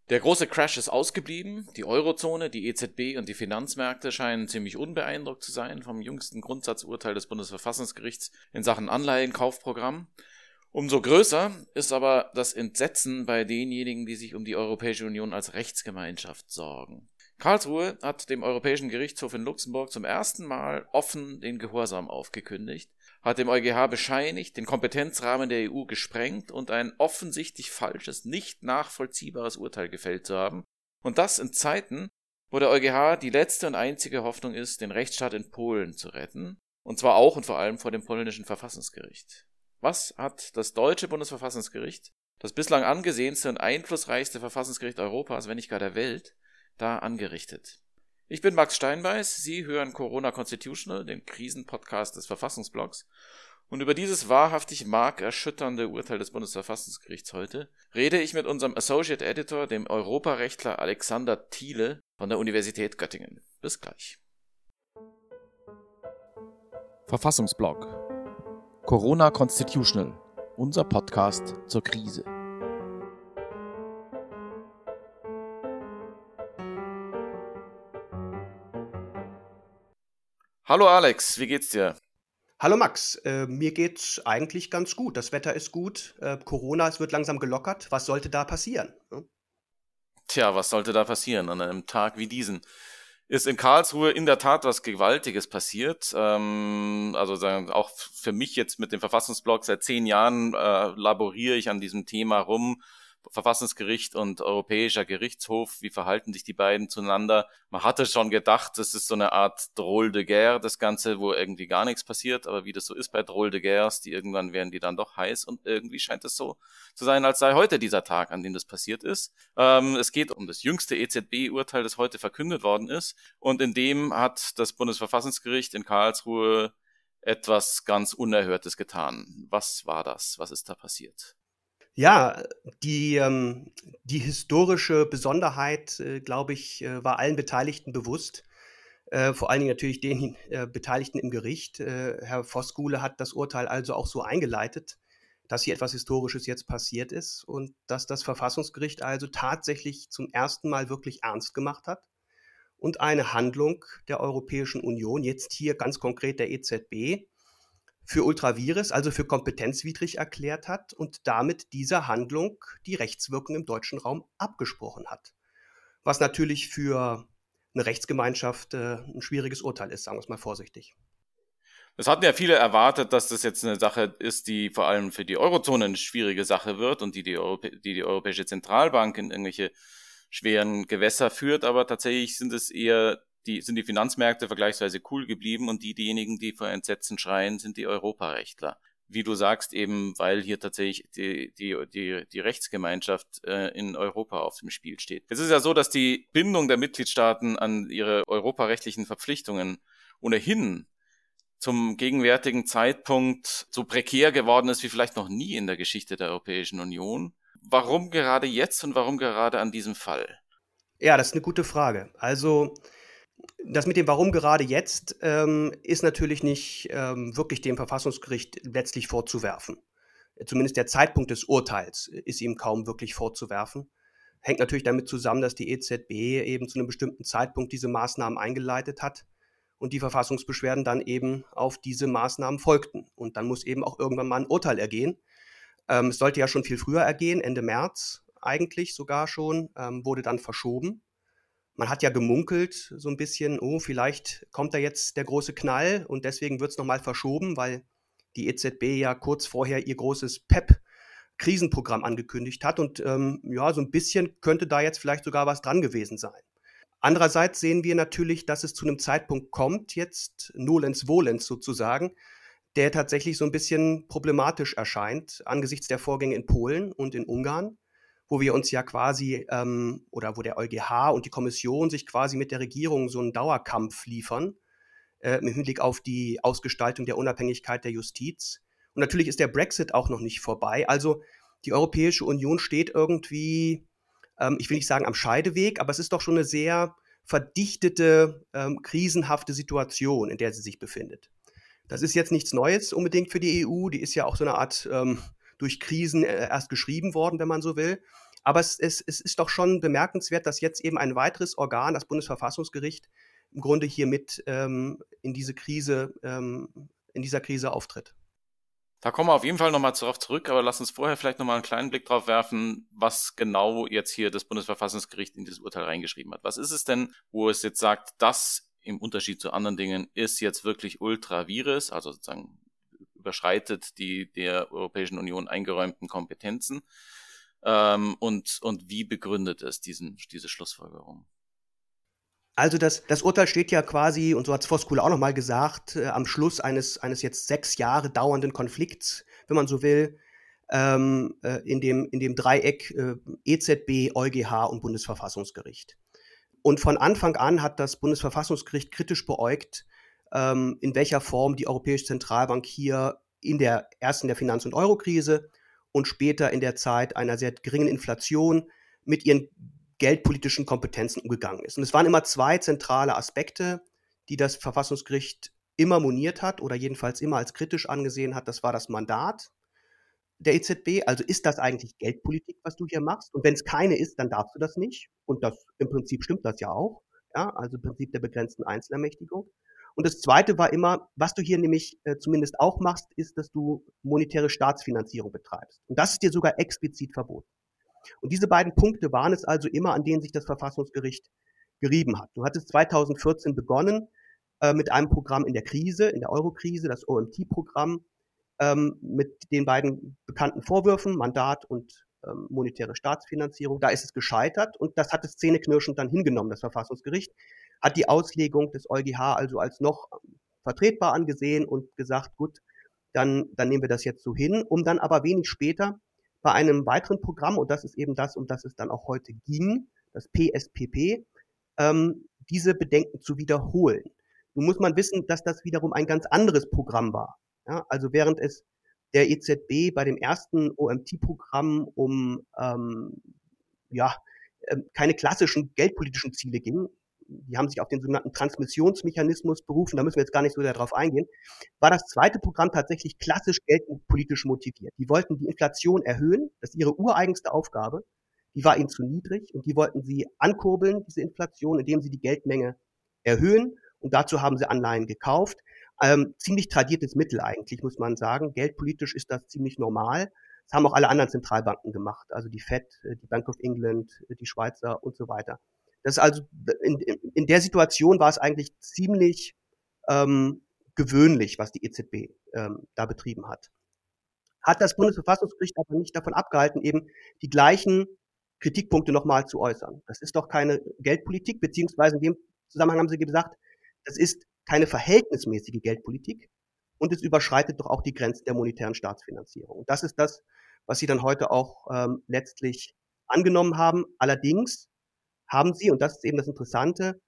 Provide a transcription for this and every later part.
Der große Crash ist ausgeblieben. Die Eurozone, die EZB und die Finanzmärkte scheinen ziemlich unbeeindruckt zu sein vom jüngsten Grundsatzurteil des Bundesverfassungsgerichts in Sachen Anleihenkaufprogramm. Umso größer ist aber das Entsetzen bei denjenigen, die sich um die Europäische Union als Rechtsgemeinschaft sorgen. Karlsruhe hat dem Europäischen Gerichtshof in Luxemburg zum ersten Mal offen den Gehorsam aufgekündigt, hat dem EuGH bescheinigt, den Kompetenzrahmen der EU gesprengt und ein offensichtlich falsches, nicht nachvollziehbares Urteil gefällt zu haben. Und das in Zeiten, wo der EuGH die letzte und einzige Hoffnung ist, den Rechtsstaat in Polen zu retten. Und zwar auch und vor allem vor dem polnischen Verfassungsgericht. Was hat das deutsche Bundesverfassungsgericht, das bislang angesehenste und einflussreichste Verfassungsgericht Europas, wenn nicht gar der Welt, da angerichtet? Ich bin Max Steinbeiß, Sie hören Corona Constitutional, den Krisenpodcast des Verfassungsblogs. Und über dieses wahrhaftig markerschütternde Urteil des Bundesverfassungsgerichts heute rede ich mit unserem Associate Editor, dem Europarechtler Alexander Thiele von der Universität Göttingen. Bis gleich. Verfassungsblog Corona Constitutional, unser Podcast zur Krise. Hallo Alex, wie geht's dir? Hallo Max, mir geht's eigentlich ganz gut. Das Wetter ist gut, Corona, es wird langsam gelockert. Was sollte da passieren? Tja, was sollte da passieren an einem Tag wie diesen? Ist in Karlsruhe in der Tat was Gewaltiges passiert. Auch für mich jetzt mit dem Verfassungsblog seit 10 Jahren laboriere ich an diesem Thema rum. Verfassungsgericht und Europäischer Gerichtshof, wie verhalten sich die beiden zueinander? Man hatte schon gedacht, das ist so eine Art Drôle de guerre, das Ganze, wo irgendwie gar nichts passiert, aber wie das so ist bei Drôle de guerres, irgendwann werden die dann doch heiß und irgendwie scheint es so zu sein, als sei heute dieser Tag, an dem das passiert ist. Es geht um das jüngste EZB-Urteil, das heute verkündet worden ist, und in dem hat das Bundesverfassungsgericht in Karlsruhe etwas ganz Unerhörtes getan. Was war das? Was ist da passiert? Ja, die historische Besonderheit, glaube ich, war allen Beteiligten bewusst. Vor allen Dingen natürlich den Beteiligten im Gericht. Herr Voskuhle hat das Urteil also auch so eingeleitet, dass hier etwas Historisches jetzt passiert ist und dass das Verfassungsgericht also tatsächlich zum ersten Mal wirklich ernst gemacht hat und eine Handlung der Europäischen Union, jetzt hier ganz konkret der EZB, für ultra vires, also für kompetenzwidrig erklärt hat und damit dieser Handlung die Rechtswirkung im deutschen Raum abgesprochen hat. Was natürlich für eine Rechtsgemeinschaft ein schwieriges Urteil ist, sagen wir es mal vorsichtig. Es hatten ja viele erwartet, dass das jetzt eine Sache ist, die vor allem für die Eurozone eine schwierige Sache wird und die Europäische Zentralbank in irgendwelche schweren Gewässer führt, aber tatsächlich sind die Finanzmärkte vergleichsweise cool geblieben und diejenigen, die vor Entsetzen schreien, sind die Europarechtler. Wie du sagst, eben weil hier tatsächlich die Rechtsgemeinschaft in Europa auf dem Spiel steht. Es ist ja so, dass die Bindung der Mitgliedstaaten an ihre europarechtlichen Verpflichtungen ohnehin zum gegenwärtigen Zeitpunkt so prekär geworden ist wie vielleicht noch nie in der Geschichte der Europäischen Union. Warum gerade jetzt und warum gerade an diesem Fall? Ja, das ist eine gute Frage. Also das mit dem Warum gerade jetzt ist natürlich nicht wirklich dem Verfassungsgericht letztlich vorzuwerfen. Zumindest der Zeitpunkt des Urteils ist ihm kaum wirklich vorzuwerfen. Hängt natürlich damit zusammen, dass die EZB eben zu einem bestimmten Zeitpunkt diese Maßnahmen eingeleitet hat und die Verfassungsbeschwerden dann eben auf diese Maßnahmen folgten. Und dann muss eben auch irgendwann mal ein Urteil ergehen. Es sollte ja schon viel früher ergehen, Ende März eigentlich sogar schon, wurde dann verschoben. Man hat ja gemunkelt so ein bisschen, oh, vielleicht kommt da jetzt der große Knall und deswegen wird es nochmal verschoben, weil die EZB ja kurz vorher ihr großes PEP-Krisenprogramm angekündigt hat. Und so ein bisschen könnte da jetzt vielleicht sogar was dran gewesen sein. Andererseits sehen wir natürlich, dass es zu einem Zeitpunkt kommt, jetzt nolens volens sozusagen, der tatsächlich so ein bisschen problematisch erscheint angesichts der Vorgänge in Polen und in Ungarn, wo wir uns ja quasi oder wo der EuGH und die Kommission sich quasi mit der Regierung so einen Dauerkampf liefern, im Hinblick auf die Ausgestaltung der Unabhängigkeit der Justiz. Und natürlich ist der Brexit auch noch nicht vorbei. Also die Europäische Union steht irgendwie, ich will nicht sagen am Scheideweg, aber es ist doch schon eine sehr verdichtete, krisenhafte Situation, in der sie sich befindet. Das ist jetzt nichts Neues unbedingt für die EU. Die ist ja auch so eine Art durch Krisen erst geschrieben worden, wenn man so will. Aber es ist doch schon bemerkenswert, dass jetzt eben ein weiteres Organ, das Bundesverfassungsgericht, im Grunde hier mit in dieser Krise auftritt. Da kommen wir auf jeden Fall nochmal darauf zurück, aber lass uns vorher vielleicht nochmal einen kleinen Blick drauf werfen, was genau jetzt hier das Bundesverfassungsgericht in dieses Urteil reingeschrieben hat. Was ist es denn, wo es jetzt sagt, das im Unterschied zu anderen Dingen ist jetzt wirklich ultra vires, also sozusagen überschreitet die der Europäischen Union eingeräumten Kompetenzen, und wie begründet es diese Schlussfolgerung? Also das Urteil steht ja quasi, und so hat es Voskuhle auch nochmal gesagt, am Schluss eines jetzt 6 Jahre dauernden Konflikts, wenn man so will, in dem Dreieck EZB, EuGH und Bundesverfassungsgericht. Und von Anfang an hat das Bundesverfassungsgericht kritisch beäugt, in welcher Form die Europäische Zentralbank hier erst in der Finanz- und Eurokrise und später in der Zeit einer sehr geringen Inflation mit ihren geldpolitischen Kompetenzen umgegangen ist. Und es waren immer 2 zentrale Aspekte, die das Verfassungsgericht immer moniert hat oder jedenfalls immer als kritisch angesehen hat. Das war das Mandat der EZB, also ist das eigentlich Geldpolitik, was du hier machst? Und wenn es keine ist, dann darfst du das nicht. Und im Prinzip stimmt das ja auch. Ja, also Prinzip der begrenzten Einzelermächtigung. Und das Zweite war immer, was du hier nämlich zumindest auch machst, ist, dass du monetäre Staatsfinanzierung betreibst. Und das ist dir sogar explizit verboten. Und diese beiden Punkte waren es also immer, an denen sich das Verfassungsgericht gerieben hat. Du hattest 2014 begonnen mit einem Programm in der Krise, in der Eurokrise, das OMT-Programm, mit den beiden bekannten Vorwürfen, Mandat und monetäre Staatsfinanzierung. Da ist es gescheitert und das hat es zähneknirschend dann hingenommen, das Verfassungsgericht, hat die Auslegung des EuGH also als noch vertretbar angesehen und gesagt, gut, dann nehmen wir das jetzt so hin, um dann aber wenig später bei einem weiteren Programm, und das ist eben das, um das es dann auch heute ging, das PSPP, diese Bedenken zu wiederholen. Nun muss man wissen, dass das wiederum ein ganz anderes Programm war. Ja, also während es der EZB bei dem ersten OMT-Programm keine klassischen geldpolitischen Ziele ging, die haben sich auf den sogenannten Transmissionsmechanismus berufen, da müssen wir jetzt gar nicht so darauf eingehen, war das zweite Programm tatsächlich klassisch geldpolitisch motiviert. Die wollten die Inflation erhöhen, das ist ihre ureigenste Aufgabe, die war ihnen zu niedrig und die wollten sie ankurbeln, diese Inflation, indem sie die Geldmenge erhöhen und dazu haben sie Anleihen gekauft. Ziemlich tradiertes Mittel eigentlich, muss man sagen. Geldpolitisch ist das ziemlich normal. Das haben auch alle anderen Zentralbanken gemacht, also die Fed, die Bank of England, die Schweizer und so weiter. Das ist also in der Situation war es eigentlich ziemlich gewöhnlich, was die EZB da betrieben hat. Hat das Bundesverfassungsgericht aber nicht davon abgehalten, eben die gleichen Kritikpunkte nochmal zu äußern. Das ist doch keine Geldpolitik, beziehungsweise in dem Zusammenhang haben sie gesagt, das ist keine verhältnismäßige Geldpolitik und es überschreitet doch auch die Grenzen der monetären Staatsfinanzierung. Und das ist das, was sie dann heute auch letztlich angenommen haben. Allerdings haben sie, und das ist eben das Interessante,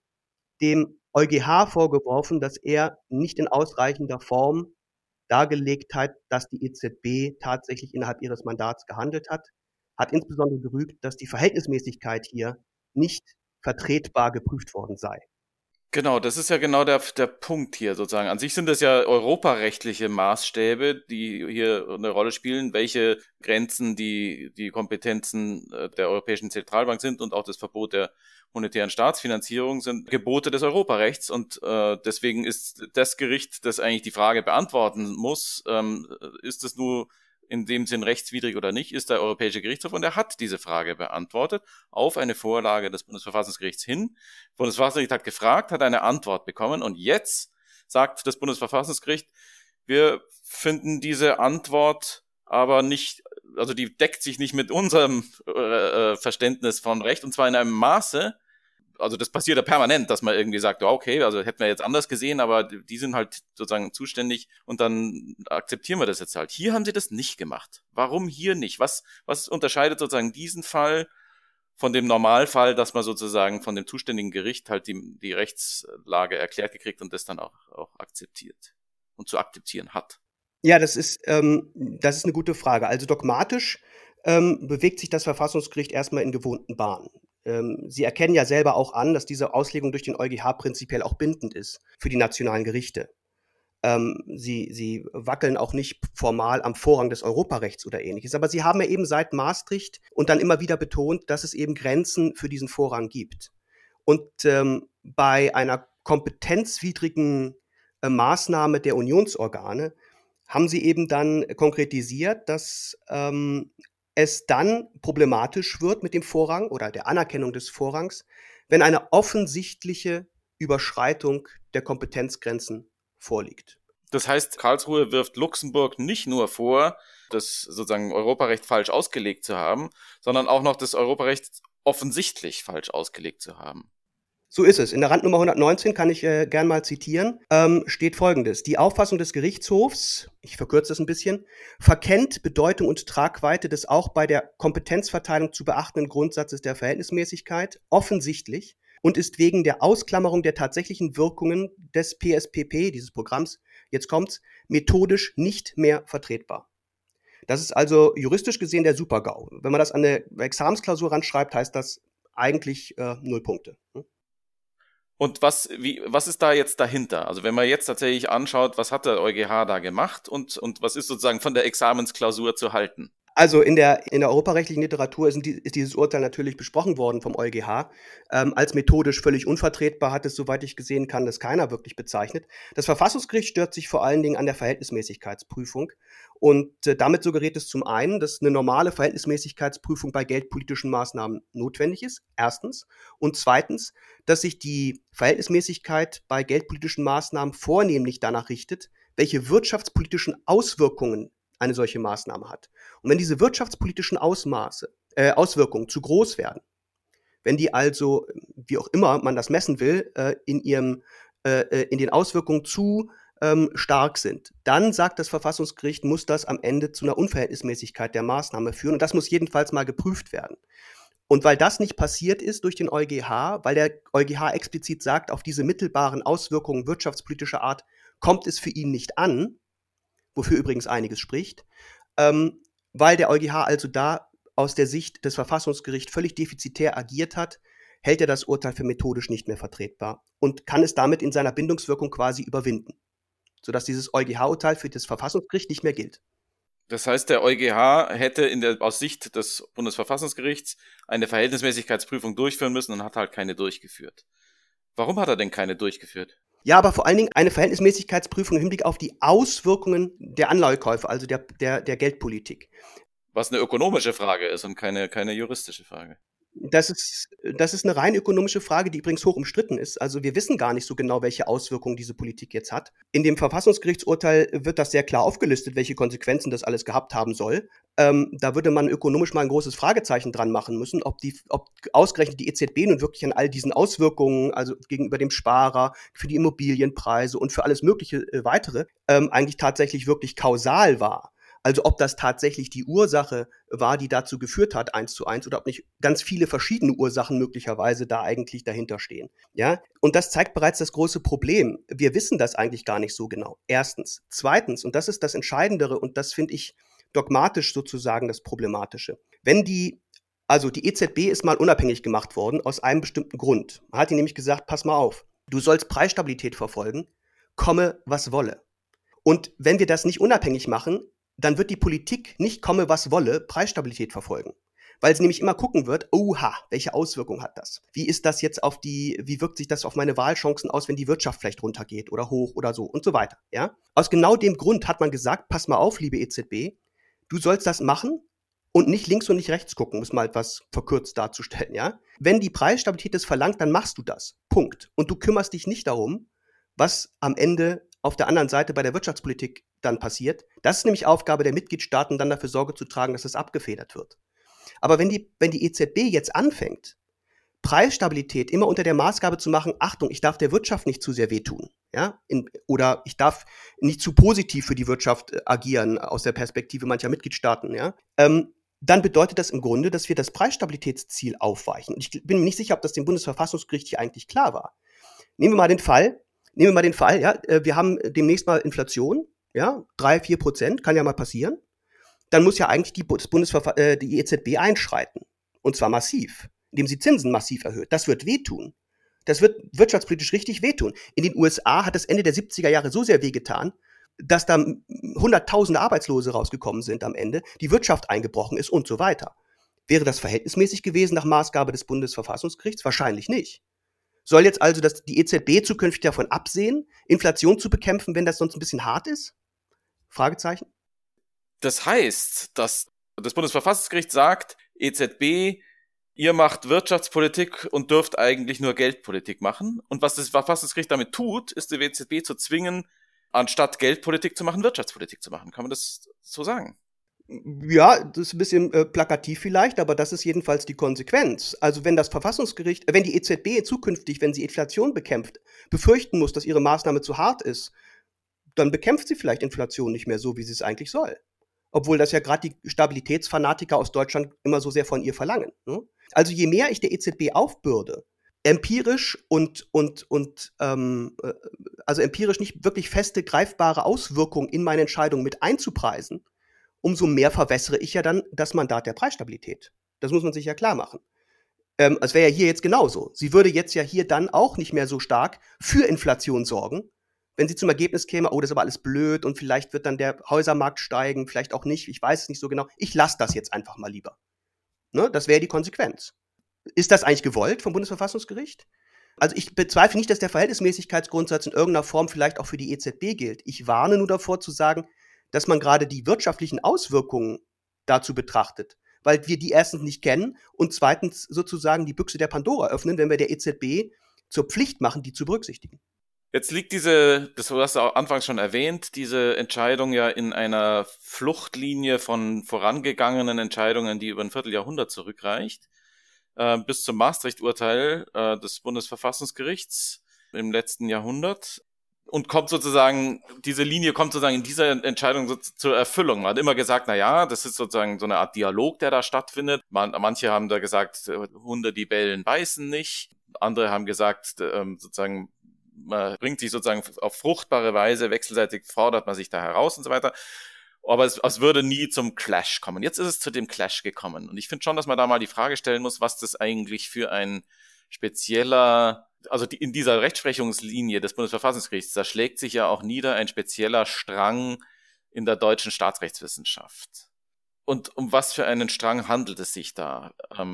dem EuGH vorgeworfen, dass er nicht in ausreichender Form dargelegt hat, dass die EZB tatsächlich innerhalb ihres Mandats gehandelt hat insbesondere gerügt, dass die Verhältnismäßigkeit hier nicht vertretbar geprüft worden sei. Genau, das ist ja genau der Punkt hier sozusagen. An sich sind das ja europarechtliche Maßstäbe, die hier eine Rolle spielen, welche Grenzen die Kompetenzen der Europäischen Zentralbank sind und auch das Verbot der monetären Staatsfinanzierung sind Gebote des Europarechts und deswegen ist das Gericht, das eigentlich die Frage beantworten muss, ist es nur in dem Sinn rechtswidrig oder nicht, ist der Europäische Gerichtshof und er hat diese Frage beantwortet auf eine Vorlage des Bundesverfassungsgerichts hin. Das Bundesverfassungsgericht hat gefragt, hat eine Antwort bekommen und jetzt sagt das Bundesverfassungsgericht, wir finden diese Antwort aber nicht, also die deckt sich nicht mit unserem Verständnis von Recht und zwar in einem Maße, also das passiert ja permanent, dass man irgendwie sagt, okay, also hätten wir jetzt anders gesehen, aber die sind halt sozusagen zuständig und dann akzeptieren wir das jetzt halt. Hier haben sie das nicht gemacht. Warum hier nicht? Was unterscheidet sozusagen diesen Fall von dem Normalfall, dass man sozusagen von dem zuständigen Gericht halt die Rechtslage erklärt gekriegt und das dann auch akzeptiert und zu akzeptieren hat? Ja, das ist eine gute Frage. Also dogmatisch bewegt sich das Verfassungsgericht erstmal in gewohnten Bahnen. Sie erkennen ja selber auch an, dass diese Auslegung durch den EuGH prinzipiell auch bindend ist für die nationalen Gerichte. Sie wackeln auch nicht formal am Vorrang des Europarechts oder Ähnliches. Aber sie haben ja eben seit Maastricht und dann immer wieder betont, dass es eben Grenzen für diesen Vorrang gibt. Und bei einer kompetenzwidrigen Maßnahme der Unionsorgane haben sie eben dann konkretisiert, dass es dann problematisch wird mit dem Vorrang oder der Anerkennung des Vorrangs, wenn eine offensichtliche Überschreitung der Kompetenzgrenzen vorliegt. Das heißt, Karlsruhe wirft Luxemburg nicht nur vor, das sozusagen Europarecht falsch ausgelegt zu haben, sondern auch noch das Europarecht offensichtlich falsch ausgelegt zu haben. So ist es. In der Randnummer 119 kann ich gern mal zitieren, steht Folgendes. Die Auffassung des Gerichtshofs, ich verkürze das ein bisschen, verkennt Bedeutung und Tragweite des auch bei der Kompetenzverteilung zu beachtenden Grundsatzes der Verhältnismäßigkeit offensichtlich und ist wegen der Ausklammerung der tatsächlichen Wirkungen des PSPP, dieses Programms, jetzt kommt's, methodisch nicht mehr vertretbar. Das ist also juristisch gesehen der Super-GAU. Wenn man das an eine Examensklausur ranschreibt, heißt das eigentlich 0 Punkte. Und was ist da jetzt dahinter? Also wenn man jetzt tatsächlich anschaut, was hat der EuGH da gemacht und was ist sozusagen von der Examensklausur zu halten? Also in der europarechtlichen Literatur ist dieses Urteil natürlich besprochen worden vom EuGH. Als methodisch völlig unvertretbar hat es, soweit ich gesehen kann, das keiner wirklich bezeichnet. Das Verfassungsgericht stört sich vor allen Dingen an der Verhältnismäßigkeitsprüfung. Und damit suggeriert es zum einen, dass eine normale Verhältnismäßigkeitsprüfung bei geldpolitischen Maßnahmen notwendig ist, erstens. Und zweitens, dass sich die Verhältnismäßigkeit bei geldpolitischen Maßnahmen vornehmlich danach richtet, welche wirtschaftspolitischen Auswirkungen eine solche Maßnahme hat. Und wenn diese wirtschaftspolitischen Auswirkungen zu groß werden, wenn die also, wie auch immer man das messen will, in den Auswirkungen zu stark sind, dann sagt das Verfassungsgericht, muss das am Ende zu einer Unverhältnismäßigkeit der Maßnahme führen. Und das muss jedenfalls mal geprüft werden. Und weil das nicht passiert ist durch den EuGH, weil der EuGH explizit sagt, auf diese mittelbaren Auswirkungen wirtschaftspolitischer Art kommt es für ihn nicht an, wofür übrigens einiges spricht, weil der EuGH also da aus der Sicht des Verfassungsgerichts völlig defizitär agiert hat, hält er das Urteil für methodisch nicht mehr vertretbar und kann es damit in seiner Bindungswirkung quasi überwinden, sodass dieses EuGH-Urteil für das Verfassungsgericht nicht mehr gilt. Das heißt, der EuGH hätte aus Sicht des Bundesverfassungsgerichts eine Verhältnismäßigkeitsprüfung durchführen müssen und hat halt keine durchgeführt. Warum hat er denn keine durchgeführt? Ja, aber vor allen Dingen eine Verhältnismäßigkeitsprüfung im Hinblick auf die Auswirkungen der Anleihekäufe, also der Geldpolitik. Was eine ökonomische Frage ist und keine juristische Frage. Das ist eine rein ökonomische Frage, die übrigens hoch umstritten ist. Also wir wissen gar nicht so genau, welche Auswirkungen diese Politik jetzt hat. In dem Verfassungsgerichtsurteil wird das sehr klar aufgelistet, welche Konsequenzen das alles gehabt haben soll. Da würde man ökonomisch mal ein großes Fragezeichen dran machen müssen, ob ausgerechnet die EZB nun wirklich an all diesen Auswirkungen, also gegenüber dem Sparer, für die Immobilienpreise und für alles mögliche weitere, eigentlich tatsächlich wirklich kausal war. Also ob das tatsächlich die Ursache war, die dazu geführt hat, 1:1, oder ob nicht ganz viele verschiedene Ursachen möglicherweise da eigentlich dahinter stehen. Ja? Und das zeigt bereits das große Problem. Wir wissen das eigentlich gar nicht so genau. Erstens. Zweitens, und das ist das Entscheidendere, und das finde ich dogmatisch sozusagen das Problematische. Die EZB ist mal unabhängig gemacht worden aus einem bestimmten Grund. Man hat ihnen nämlich gesagt, pass mal auf, du sollst Preisstabilität verfolgen, komme was wolle. Und wenn wir das nicht unabhängig machen, dann wird die Politik nicht komme was wolle Preisstabilität verfolgen. Weil sie nämlich immer gucken wird, oha, welche Auswirkungen hat das? Wie wirkt sich das auf meine Wahlchancen aus, wenn die Wirtschaft vielleicht runtergeht oder hoch oder so und so weiter, ja? Aus genau dem Grund hat man gesagt, pass mal auf, liebe EZB, du sollst das machen und nicht links und nicht rechts gucken, um es mal etwas verkürzt darzustellen, ja? Wenn die Preisstabilität das verlangt, dann machst du das. Punkt. Und du kümmerst dich nicht darum, was am Ende auf der anderen Seite bei der Wirtschaftspolitik dann passiert. Das ist nämlich Aufgabe der Mitgliedstaaten, dann dafür Sorge zu tragen, dass es abgefedert wird. Aber wenn die EZB jetzt anfängt, Preisstabilität immer unter der Maßgabe zu machen, Achtung, ich darf der Wirtschaft nicht zu sehr wehtun, ja, oder ich darf nicht zu positiv für die Wirtschaft agieren aus der Perspektive mancher Mitgliedstaaten, ja, dann bedeutet das im Grunde, dass wir das Preisstabilitätsziel aufweichen. Und ich bin mir nicht sicher, ob das dem Bundesverfassungsgericht hier eigentlich klar war. Nehmen wir mal den Fall, ja, wir haben demnächst mal Inflation, ja, 3-4%, kann ja mal passieren. Dann muss ja eigentlich die EZB einschreiten. Und zwar massiv, indem sie Zinsen massiv erhöht. Das wird wehtun. Das wird wirtschaftspolitisch richtig wehtun. In den USA hat das Ende der 70er Jahre so sehr wehgetan, dass da hunderttausende Arbeitslose rausgekommen sind am Ende, die Wirtschaft eingebrochen ist und so weiter. Wäre das verhältnismäßig gewesen nach Maßgabe des Bundesverfassungsgerichts? Wahrscheinlich nicht. Soll jetzt also die EZB zukünftig davon absehen, Inflation zu bekämpfen, wenn das sonst ein bisschen hart ist? Fragezeichen. Das heißt, dass das Bundesverfassungsgericht sagt, EZB, ihr macht Wirtschaftspolitik und dürft eigentlich nur Geldpolitik machen. Und was das Verfassungsgericht damit tut, ist die EZB zu zwingen, anstatt Geldpolitik zu machen, Wirtschaftspolitik zu machen. Kann man das so sagen? Ja, das ist ein bisschen plakativ vielleicht, aber das ist jedenfalls die Konsequenz. Also wenn das Verfassungsgericht, wenn die EZB zukünftig, wenn sie Inflation bekämpft, befürchten muss, dass ihre Maßnahme zu hart ist, dann bekämpft sie vielleicht Inflation nicht mehr so, wie sie es eigentlich soll. Obwohl das ja gerade die Stabilitätsfanatiker aus Deutschland immer so sehr von ihr verlangen. Ne? Also je mehr ich der EZB aufbürde, empirisch also empirisch nicht wirklich feste, greifbare Auswirkungen in meine Entscheidung mit einzupreisen, umso mehr verwässere ich ja dann das Mandat der Preisstabilität. Das muss man sich ja klar machen. Es wäre ja hier jetzt genauso. Sie würde jetzt ja hier dann auch nicht mehr so stark für Inflation sorgen, wenn sie zum Ergebnis käme, oh, das ist aber alles blöd und vielleicht wird dann der Häusermarkt steigen, vielleicht auch nicht, ich weiß es nicht so genau. Ich lasse das jetzt einfach mal lieber. Ne? Das wäre die Konsequenz. Ist das eigentlich gewollt vom Bundesverfassungsgericht? Also ich bezweifle nicht, dass der Verhältnismäßigkeitsgrundsatz in irgendeiner Form vielleicht auch für die EZB gilt. Ich warne nur davor zu sagen, dass man gerade die wirtschaftlichen Auswirkungen dazu betrachtet, weil wir die erstens nicht kennen und zweitens sozusagen die Büchse der Pandora öffnen, wenn wir der EZB zur Pflicht machen, die zu berücksichtigen. Jetzt liegt das hast du auch anfangs schon erwähnt, diese Entscheidung ja in einer Fluchtlinie von vorangegangenen Entscheidungen, die über ein Vierteljahrhundert zurückreicht, bis zum Maastricht-Urteil des Bundesverfassungsgerichts im letzten Jahrhundert. Und diese Linie kommt sozusagen in dieser Entscheidung zur Erfüllung. Man hat immer gesagt, das ist sozusagen so eine Art Dialog, der da stattfindet. Manche haben da gesagt, Hunde, die bellen, beißen nicht. Andere haben gesagt, sozusagen, man bringt sich sozusagen auf fruchtbare Weise, wechselseitig fordert man sich da heraus und so weiter. Aber es würde nie zum Clash kommen. Jetzt ist es zu dem Clash gekommen. Und ich finde schon, dass man da mal die Frage stellen muss, was das eigentlich für ein spezieller, in dieser Rechtsprechungslinie des Bundesverfassungsgerichts, da schlägt sich ja auch nieder ein spezieller Strang in der deutschen Staatsrechtswissenschaft. Und um was für einen Strang handelt es sich da?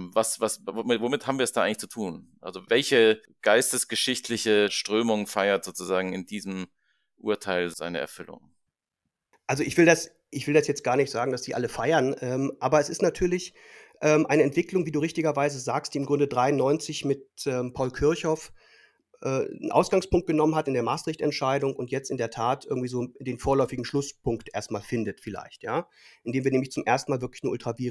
Womit haben wir es da eigentlich zu tun? Also welche geistesgeschichtliche Strömung feiert sozusagen in diesem Urteil seine Erfüllung? Also ich will das jetzt gar nicht sagen, dass die alle feiern, aber es ist natürlich eine Entwicklung, wie du richtigerweise sagst, die im Grunde 93 mit Paul Kirchhoff einen Ausgangspunkt genommen hat in der Maastricht-Entscheidung und jetzt in der Tat irgendwie so den vorläufigen Schlusspunkt erstmal findet vielleicht, ja, indem wir nämlich zum ersten Mal wirklich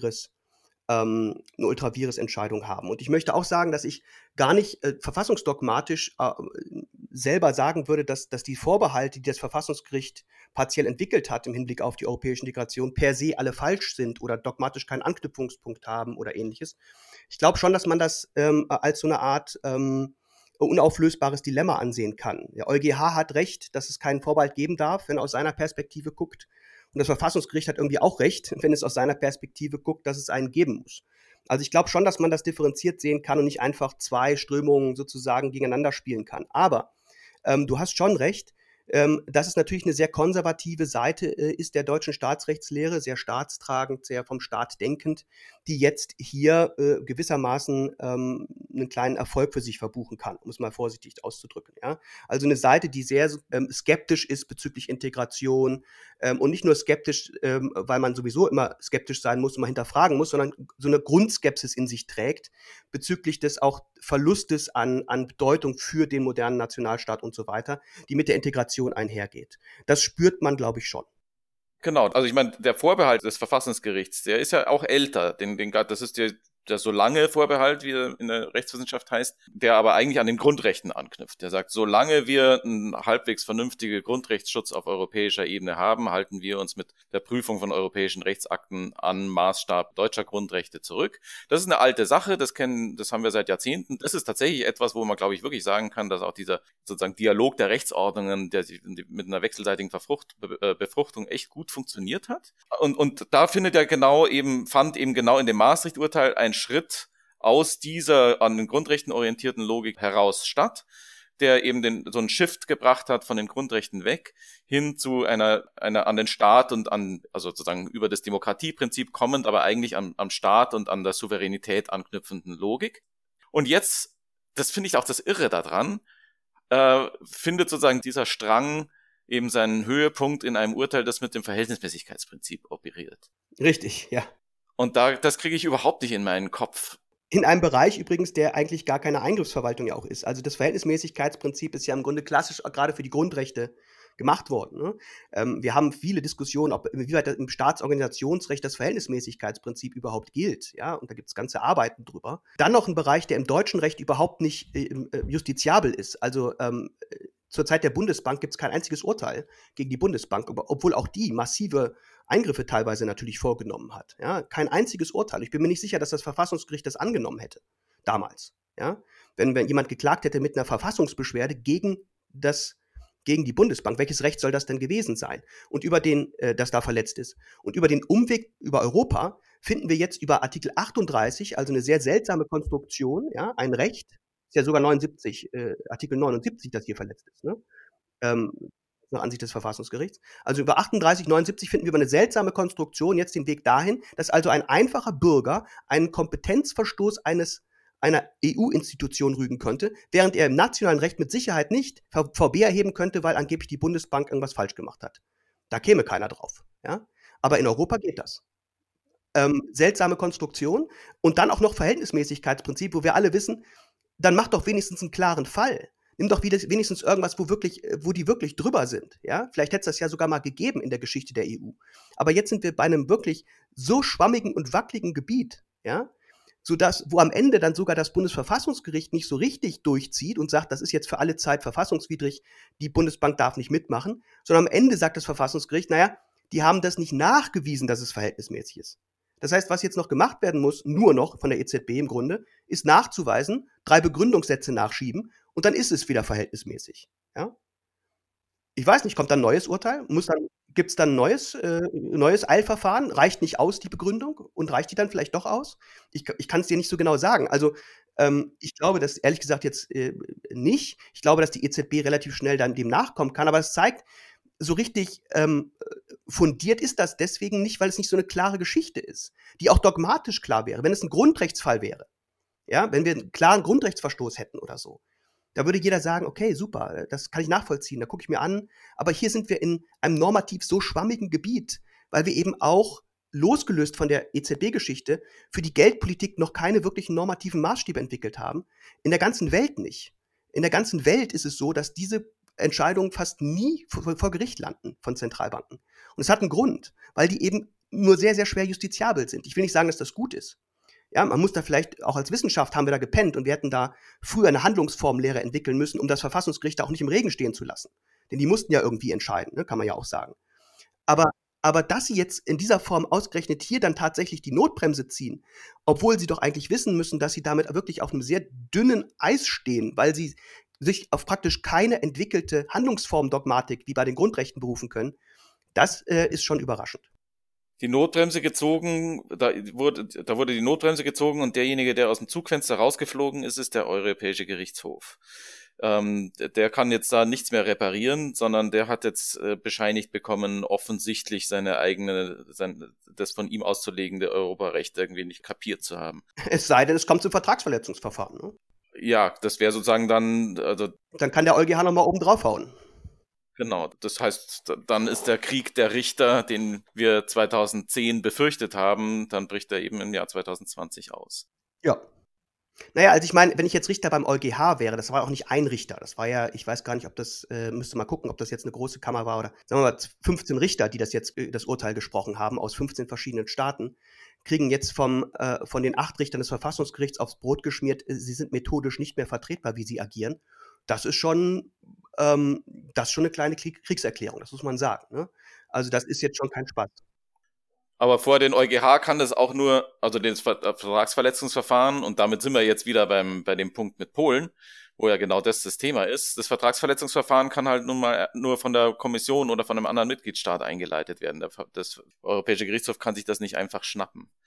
eine Ultravirus-Entscheidung haben. Und ich möchte auch sagen, dass ich gar nicht verfassungsdogmatisch selber sagen würde, dass die Vorbehalte, die das Verfassungsgericht partiell entwickelt hat im Hinblick auf die europäische Integration, per se alle falsch sind oder dogmatisch keinen Anknüpfungspunkt haben oder ähnliches. Ich glaube schon, dass man das als so eine Art unauflösbares Dilemma ansehen kann. Der EuGH hat recht, dass es keinen Vorbehalt geben darf, wenn er aus seiner Perspektive guckt. Und das Verfassungsgericht hat irgendwie auch recht, wenn es aus seiner Perspektive guckt, dass es einen geben muss. Also ich glaube schon, dass man das differenziert sehen kann und nicht einfach zwei Strömungen sozusagen gegeneinander spielen kann. Aber du hast schon recht, dass es natürlich eine sehr konservative Seite ist der deutschen Staatsrechtslehre, sehr staatstragend, sehr vom Staat denkend, die jetzt hier gewissermaßen einen kleinen Erfolg für sich verbuchen kann, um es mal vorsichtig auszudrücken. Ja? Also eine Seite, die sehr skeptisch ist bezüglich Integration und nicht nur skeptisch, weil man sowieso immer skeptisch sein muss und mal hinterfragen muss, sondern so eine Grundskepsis in sich trägt bezüglich des auch Verlustes an Bedeutung für den modernen Nationalstaat und so weiter, die mit der Integration einhergeht. Das spürt man, glaube ich, schon. Genau, also ich meine, der Vorbehalt des Verfassungsgerichts, der ist ja auch älter. Das ist der so lange Vorbehalt, wie er in der Rechtswissenschaft heißt, der aber eigentlich an den Grundrechten anknüpft. Der sagt, solange wir einen halbwegs vernünftigen Grundrechtsschutz auf europäischer Ebene haben, halten wir uns mit der Prüfung von europäischen Rechtsakten an Maßstab deutscher Grundrechte zurück. Das ist eine alte Sache, das haben wir seit Jahrzehnten. Das ist tatsächlich etwas, wo man, glaube ich, wirklich sagen kann, dass auch dieser sozusagen Dialog der Rechtsordnungen, der mit einer wechselseitigen Befruchtung echt gut funktioniert hat. Und da fand eben genau in dem Maastricht-Urteil ein Schritt aus dieser an den Grundrechten orientierten Logik heraus statt, der eben so einen Shift gebracht hat von den Grundrechten weg hin zu einer an den Staat und also sozusagen über das Demokratieprinzip kommend, aber eigentlich am Staat und an der Souveränität anknüpfenden Logik. Und jetzt, das finde ich auch das Irre daran, findet sozusagen dieser Strang eben seinen Höhepunkt in einem Urteil, das mit dem Verhältnismäßigkeitsprinzip operiert. Richtig, ja. Und das kriege ich überhaupt nicht in meinen Kopf. In einem Bereich übrigens, der eigentlich gar keine Eingriffsverwaltung ja auch ist. Also das Verhältnismäßigkeitsprinzip ist ja im Grunde klassisch gerade für die Grundrechte gemacht worden. Ne? Wir haben viele Diskussionen, wie weit im Staatsorganisationsrecht das Verhältnismäßigkeitsprinzip überhaupt gilt. Ja? Und da gibt es ganze Arbeiten drüber. Dann noch ein Bereich, der im deutschen Recht überhaupt nicht justiziabel ist. Also zur Zeit der Bundesbank gibt es kein einziges Urteil gegen die Bundesbank, obwohl auch die massive Eingriffe teilweise natürlich vorgenommen hat. Ja? Kein einziges Urteil. Ich bin mir nicht sicher, dass das Verfassungsgericht das angenommen hätte, damals. Ja? Wenn jemand geklagt hätte mit einer Verfassungsbeschwerde gegen die Bundesbank, welches Recht soll das denn gewesen sein? Und das da verletzt ist. Und über den Umweg über Europa finden wir jetzt über Artikel 38, also eine sehr seltsame Konstruktion, ja, ein Recht, ist ja sogar 79, Artikel 79, das hier verletzt ist, ne? Nach Ansicht des Verfassungsgerichts. Also über 38, 79 finden wir über eine seltsame Konstruktion jetzt den Weg dahin, dass also ein einfacher Bürger einen Kompetenzverstoß einer EU-Institution rügen könnte, während er im nationalen Recht mit Sicherheit nicht VB erheben könnte, weil angeblich die Bundesbank irgendwas falsch gemacht hat. Da käme keiner drauf. Ja? Aber in Europa geht das. Seltsame Konstruktion und dann auch noch Verhältnismäßigkeitsprinzip, wo wir alle wissen, dann mach doch wenigstens einen klaren Fall. Nimm doch wenigstens irgendwas, wo die wirklich drüber sind. Ja? Vielleicht hätte es das ja sogar mal gegeben in der Geschichte der EU. Aber jetzt sind wir bei einem wirklich so schwammigen und wackeligen Gebiet, ja? Wo am Ende dann sogar das Bundesverfassungsgericht nicht so richtig durchzieht und sagt, das ist jetzt für alle Zeit verfassungswidrig, die Bundesbank darf nicht mitmachen, sondern am Ende sagt das Verfassungsgericht, naja, die haben das nicht nachgewiesen, dass es verhältnismäßig ist. Das heißt, was jetzt noch gemacht werden muss, nur noch von der EZB im Grunde, ist nachzuweisen, 3 Begründungssätze nachschieben und dann ist es wieder verhältnismäßig. Ja? Ich weiß nicht, kommt dann ein neues Urteil? Gibt es dann ein neues Eilverfahren? Reicht nicht aus die Begründung und reicht die dann vielleicht doch aus? Ich kann es dir nicht so genau sagen. Also ich glaube das ehrlich gesagt jetzt nicht. Ich glaube, dass die EZB relativ schnell dann dem nachkommen kann, aber es zeigt, so richtig fundiert ist das deswegen nicht, weil es nicht so eine klare Geschichte ist, die auch dogmatisch klar wäre. Wenn es ein Grundrechtsfall wäre, ja, wenn wir einen klaren Grundrechtsverstoß hätten oder so, da würde jeder sagen, okay, super, das kann ich nachvollziehen, da gucke ich mir an. Aber hier sind wir in einem normativ so schwammigen Gebiet, weil wir eben auch, losgelöst von der EZB-Geschichte, für die Geldpolitik noch keine wirklichen normativen Maßstäbe entwickelt haben. In der ganzen Welt nicht. In der ganzen Welt ist es so, dass diese Entscheidungen fast nie vor Gericht landen von Zentralbanken. Und es hat einen Grund, weil die eben nur sehr, sehr schwer justiziabel sind. Ich will nicht sagen, dass das gut ist. Ja, man muss da vielleicht, auch als Wissenschaft haben wir da gepennt und wir hätten da früher eine Handlungsformlehre entwickeln müssen, um das Verfassungsgericht da auch nicht im Regen stehen zu lassen. Denn die mussten ja irgendwie entscheiden, ne, kann man ja auch sagen. Aber dass sie jetzt in dieser Form ausgerechnet hier dann tatsächlich die Notbremse ziehen, obwohl sie doch eigentlich wissen müssen, dass sie damit wirklich auf einem sehr dünnen Eis stehen, weil sie sich auf praktisch keine entwickelte Handlungsformdogmatik wie bei den Grundrechten berufen können, das ist schon überraschend. Die Notbremse gezogen, da wurde die Notbremse gezogen und derjenige, der aus dem Zugfenster rausgeflogen ist, ist der Europäische Gerichtshof. Der kann jetzt da nichts mehr reparieren, sondern der hat jetzt bescheinigt bekommen, offensichtlich das von ihm auszulegende Europarecht irgendwie nicht kapiert zu haben. Es sei denn, es kommt zum Vertragsverletzungsverfahren. Ne? Ja, das wäre sozusagen dann, also. Dann kann der EuGH nochmal oben draufhauen. Genau, das heißt, dann ist der Krieg der Richter, den wir 2010 befürchtet haben, dann bricht er eben im Jahr 2020 aus. Ja. Naja, also ich meine, wenn ich jetzt Richter beim EuGH wäre, das war auch nicht ein Richter, das war ja, ich weiß gar nicht, ob das, müsste mal gucken, ob das jetzt eine große Kammer war oder, sagen wir mal, 15 Richter, die das jetzt, das Urteil gesprochen haben, aus 15 verschiedenen Staaten, kriegen jetzt von den 8 Richtern des Verfassungsgerichts aufs Brot geschmiert, sie sind methodisch nicht mehr vertretbar, wie sie agieren. Das ist schon eine kleine Kriegserklärung, das muss man sagen. Ne? Also das ist jetzt schon kein Spaß. Aber vor den EuGH kann das auch nur, also das Vertragsverletzungsverfahren, und damit sind wir jetzt wieder bei dem Punkt mit Polen, wo ja genau das Thema ist. Das Vertragsverletzungsverfahren kann halt nun mal nur von der Kommission oder von einem anderen Mitgliedstaat eingeleitet werden. Das Europäische Gerichtshof kann sich das nicht einfach schnappen.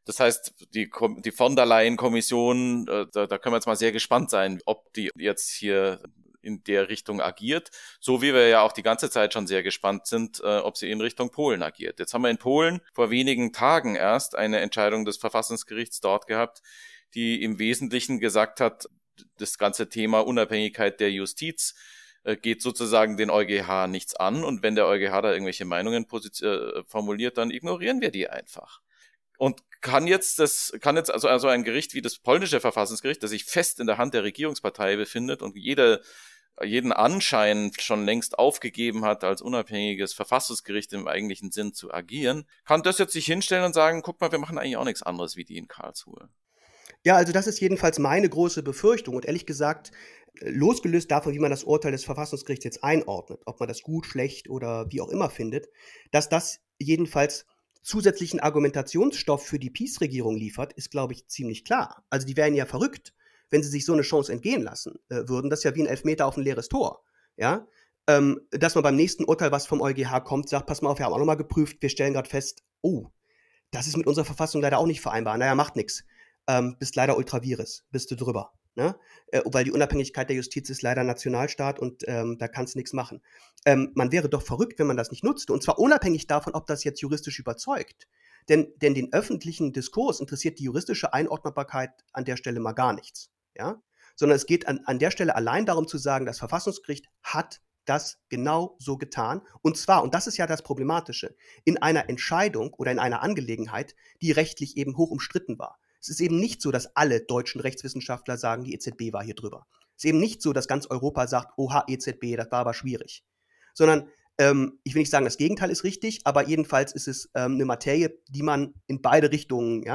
Das heißt, die von der Leyen-Kommission, da können wir jetzt mal sehr gespannt sein, ob die jetzt hier in der Richtung agiert, so wie wir ja auch die ganze Zeit schon sehr gespannt sind, ob sie in Richtung Polen agiert. Jetzt haben wir in Polen vor wenigen Tagen erst eine Entscheidung des Verfassungsgerichts dort gehabt, die im Wesentlichen gesagt hat, das ganze Thema Unabhängigkeit der Justiz geht sozusagen den EuGH nichts an, und wenn der EuGH da irgendwelche Meinungen formuliert, dann ignorieren wir die einfach. Und kann jetzt also ein Gericht wie das polnische Verfassungsgericht, das sich fest in der Hand der Regierungspartei befindet und jeden Anschein schon längst aufgegeben hat, als unabhängiges Verfassungsgericht im eigentlichen Sinn zu agieren, kann das jetzt sich hinstellen und sagen, guck mal, wir machen eigentlich auch nichts anderes wie die in Karlsruhe. Ja, also das ist jedenfalls meine große Befürchtung. Und ehrlich gesagt, losgelöst davon, wie man das Urteil des Verfassungsgerichts jetzt einordnet, ob man das gut, schlecht oder wie auch immer findet, dass das jedenfalls zusätzlichen Argumentationsstoff für die PiS-Regierung liefert, ist, glaube ich, ziemlich klar. Also die wären ja verrückt, wenn sie sich so eine Chance entgehen lassen würden. Das ist ja wie ein Elfmeter auf ein leeres Tor. Ja? Dass man beim nächsten Urteil, was vom EuGH kommt, sagt, pass mal auf, wir haben auch nochmal geprüft, wir stellen gerade fest, oh, das ist mit unserer Verfassung leider auch nicht vereinbar. Naja, macht nichts. Bist leider Ultravirus, bist du drüber. Ne? Weil die Unabhängigkeit der Justiz ist leider Nationalstaat und da kannst du nichts machen. Man wäre doch verrückt, wenn man das nicht nutzte. Und zwar unabhängig davon, ob das jetzt juristisch überzeugt. Denn den öffentlichen Diskurs interessiert die juristische Einordnbarkeit an der Stelle mal gar nichts. Ja? Sondern es geht an der Stelle allein darum zu sagen, das Verfassungsgericht hat das genau so getan. Und zwar, und das ist ja das Problematische, in einer Entscheidung oder in einer Angelegenheit, die rechtlich eben hoch umstritten war. Es ist eben nicht so, dass alle deutschen Rechtswissenschaftler sagen, die EZB war hier drüber. Es ist eben nicht so, dass ganz Europa sagt, oha, EZB, das war aber schwierig. Sondern, ich will nicht sagen, das Gegenteil ist richtig, aber jedenfalls ist es eine Materie, die man in beide Richtungen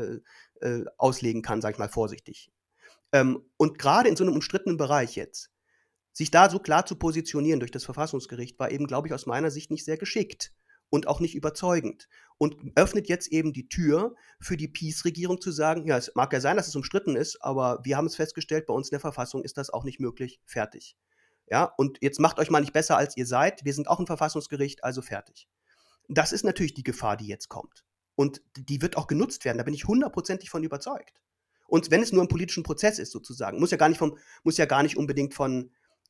auslegen kann, sage ich mal vorsichtig. Und gerade in so einem umstrittenen Bereich jetzt, sich da so klar zu positionieren durch das Verfassungsgericht, war eben, glaube ich, aus meiner Sicht nicht sehr geschickt und auch nicht überzeugend. Und öffnet jetzt eben die Tür für die PiS-Regierung zu sagen, ja, es mag ja sein, dass es umstritten ist, aber wir haben es festgestellt, bei uns in der Verfassung ist das auch nicht möglich, fertig. Ja, und jetzt macht euch mal nicht besser, als ihr seid, wir sind auch ein Verfassungsgericht, also fertig. Das ist natürlich die Gefahr, die jetzt kommt. Und die wird auch genutzt werden, da bin ich 100%ig von überzeugt. Und wenn es nur ein politischen Prozess ist, sozusagen, muss ja gar nicht unbedingt vom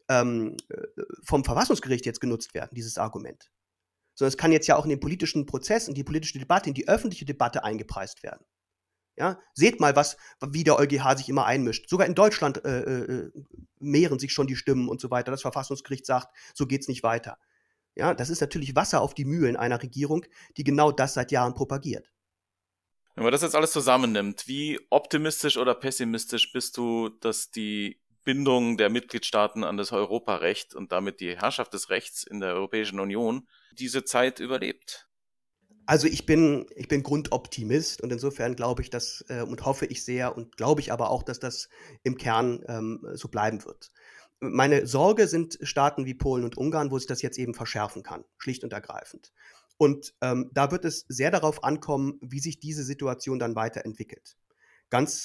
Verfassungsgericht jetzt genutzt werden, dieses Argument. Sondern es kann jetzt ja auch in den politischen Prozess, in die politische Debatte, in die öffentliche Debatte eingepreist werden. Ja? Seht mal, wie der EuGH sich immer einmischt. Sogar in Deutschland mehren sich schon die Stimmen und so weiter. Das Verfassungsgericht sagt, so geht's nicht weiter. Ja, das ist natürlich Wasser auf die Mühlen einer Regierung, die genau das seit Jahren propagiert. Wenn man das jetzt alles zusammennimmt, wie optimistisch oder pessimistisch bist du, dass die Bindung der Mitgliedstaaten an das Europarecht und damit die Herrschaft des Rechts in der Europäischen Union diese Zeit überlebt? Also ich bin Grundoptimist und insofern glaube ich das und hoffe ich sehr und glaube ich aber auch, dass das im Kern so bleiben wird. Meine Sorge sind Staaten wie Polen und Ungarn, wo sich das jetzt eben verschärfen kann, schlicht und ergreifend. Und da wird es sehr darauf ankommen, wie sich diese Situation dann weiterentwickelt. Ganz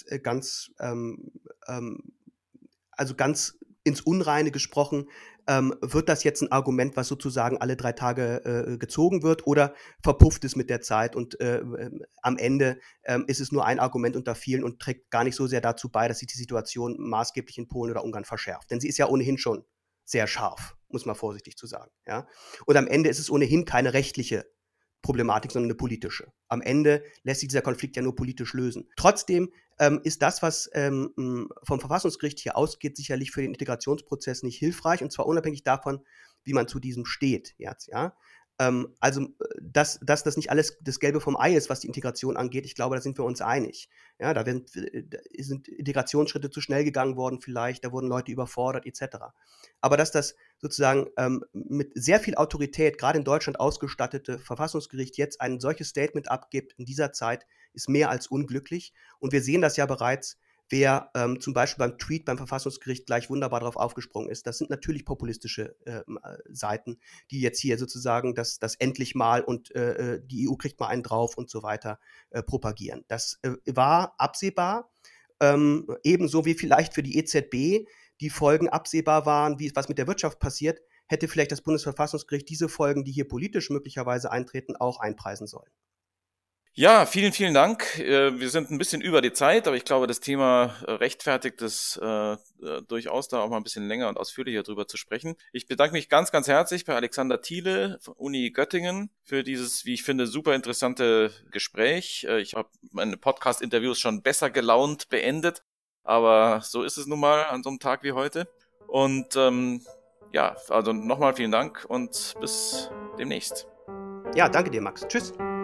ins Unreine gesprochen, wird das jetzt ein Argument, was sozusagen alle 3 Tage gezogen wird, oder verpufft es mit der Zeit und am Ende ist es nur ein Argument unter vielen und trägt gar nicht so sehr dazu bei, dass sich die Situation maßgeblich in Polen oder Ungarn verschärft. Denn sie ist ja ohnehin schon sehr scharf, muss man vorsichtig zu sagen. Ja? Und am Ende ist es ohnehin keine rechtliche Problematik, sondern eine politische. Am Ende lässt sich dieser Konflikt ja nur politisch lösen. Trotzdem ist das, was vom Verfassungsgericht hier ausgeht, sicherlich für den Integrationsprozess nicht hilfreich, und zwar unabhängig davon, wie man zu diesem steht jetzt, ja. Dass das nicht alles das Gelbe vom Ei ist, was die Integration angeht, ich glaube, da sind wir uns einig. Ja, da sind Integrationsschritte zu schnell gegangen worden vielleicht, da wurden Leute überfordert etc. Aber dass das sozusagen mit sehr viel Autorität, gerade in Deutschland ausgestattete Verfassungsgericht jetzt ein solches Statement abgibt in dieser Zeit, ist mehr als unglücklich. Und wir sehen das ja bereits, wer zum Beispiel beim Tweet beim Verfassungsgericht gleich wunderbar darauf aufgesprungen ist. Das sind natürlich populistische Seiten, die jetzt hier sozusagen das endlich mal und die EU kriegt mal einen drauf und so weiter propagieren. Das war absehbar, ebenso wie vielleicht für die EZB die Folgen absehbar waren, was mit der Wirtschaft passiert, hätte vielleicht das Bundesverfassungsgericht diese Folgen, die hier politisch möglicherweise eintreten, auch einpreisen sollen. Ja, vielen, vielen Dank. Wir sind ein bisschen über die Zeit, aber ich glaube, das Thema rechtfertigt es durchaus, da auch mal ein bisschen länger und ausführlicher drüber zu sprechen. Ich bedanke mich ganz, ganz herzlich bei Alexander Thiele von Uni Göttingen für dieses, wie ich finde, super interessante Gespräch. Ich habe meine Podcast-Interviews schon besser gelaunt beendet, aber so ist es nun mal an so einem Tag wie heute. Und ja, also nochmal vielen Dank und bis demnächst. Ja, danke dir, Max. Tschüss.